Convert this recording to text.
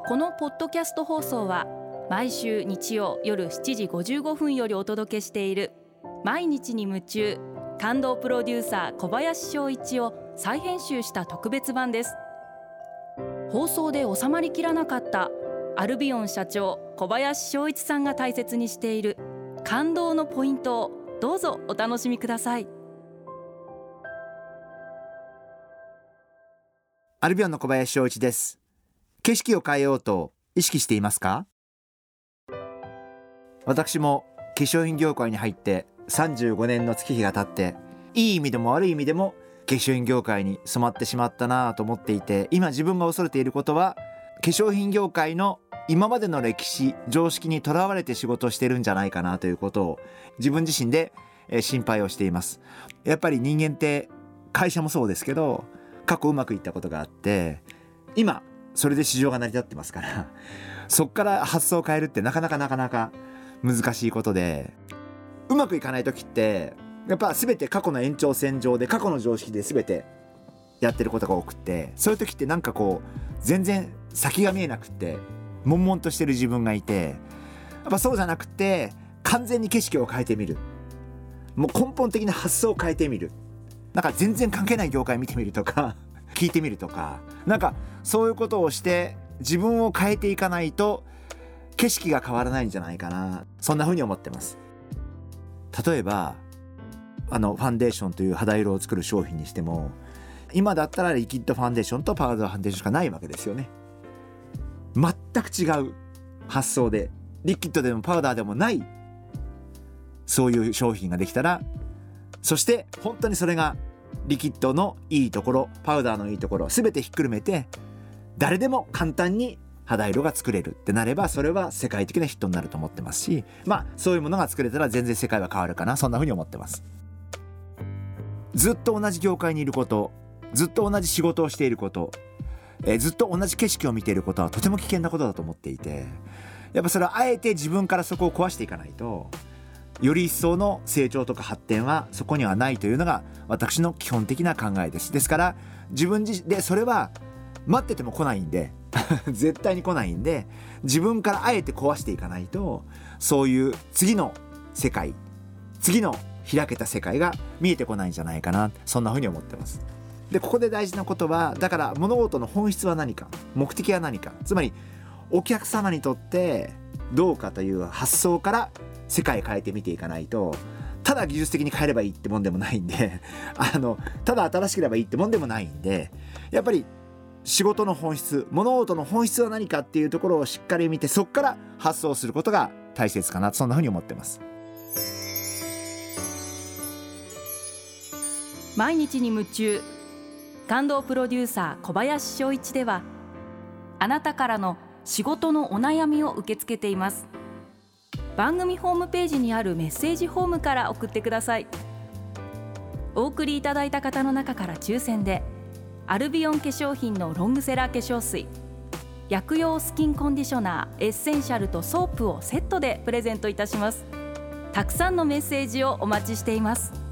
このポッドキャスト放送は毎週日曜夜7時55分よりお届けしている毎日に夢中感動プロデューサー小林翔一を再編集した特別版です。放送で収まりきらなかったアルビオン社長小林翔一さんが大切にしている感動のポイントをどうぞお楽しみください。 アルビオンの小林翔一です。景色を変えようと意識していますか？私も化粧品業界に入って35年の月日が経って、いい意味でも悪い意味でも化粧品業界に染まってしまったなと思っていて、今自分が恐れていることは化粧品業界の今までの歴史常識にとらわれて仕事をしてるんじゃないかなということを自分自身で心配をしています。やっぱり人間って会社もそうですけど、過去うまくいったことがあって今それで市場が成り立ってますから、そっから発想を変えるってなかなか難しいことで、うまくいかない時ってやっぱ全て過去の延長線上で過去の常識で全てやってることが多くって、そういう時ってなんかこう全然先が見えなくって悶々としてる自分がいて、やっぱそうじゃなくて完全に景色を変えてみる、もう根本的な発想を変えてみる、なんか全然関係ない業界見てみるとか聞いてみるとか、なんかそういうことをして自分を変えていかないと景色が変わらないんじゃないかな、そんな風に思ってます。例えばファンデーションという肌色を作る商品にしても、今だったらリキッドファンデーションとパウダーファンデーションしかないわけですよね。全く違う発想でリキッドでもパウダーでもないそういう商品ができたら、そして本当にそれがリキッドのいいところパウダーのいいところ全てひっくるめて誰でも簡単に肌色が作れるってなれば、それは世界的なヒットになると思ってますし、そういうものが作れたら全然世界は変わるかな、そんな風に思ってます。ずっと同じ業界にいること、ずっと同じ仕事をしていること、ずっと同じ景色を見ていることはとても危険なことだと思っていて、やっぱそれはあえて自分からそこを壊していかないと、より一層の成長とか発展はそこにはないというのが私の基本的な考えです。ですから自分自身でそれは待ってても来ないんで絶対に来ないんで、自分からあえて壊していかないと、そういう次の世界、次の開けた世界が見えてこないんじゃないかな、そんな風に思ってます。でここで大事なことは、だから物事の本質は何か、目的は何か、つまりお客様にとってどうかという発想から世界変えてみていかないと、ただ技術的に変えればいいってもんでもないんでただ新しければいいってもんでもないんで、やっぱり仕事の本質、物事の本質は何かっていうところをしっかり見て、そこから発想することが大切かな、そんなふうに思ってます。 毎日に夢中感動プロデューサー小林翔一では、あなたからの仕事のお悩みを受け付けています。番組ホームページにあるメッセージフォームから送ってください。お送りいただいた方の中から抽選でアルビオン化粧品のロングセラー化粧水、薬用スキンコンディショナーエッセンシャルとソープをセットでプレゼントいたします。たくさんのメッセージをお待ちしています。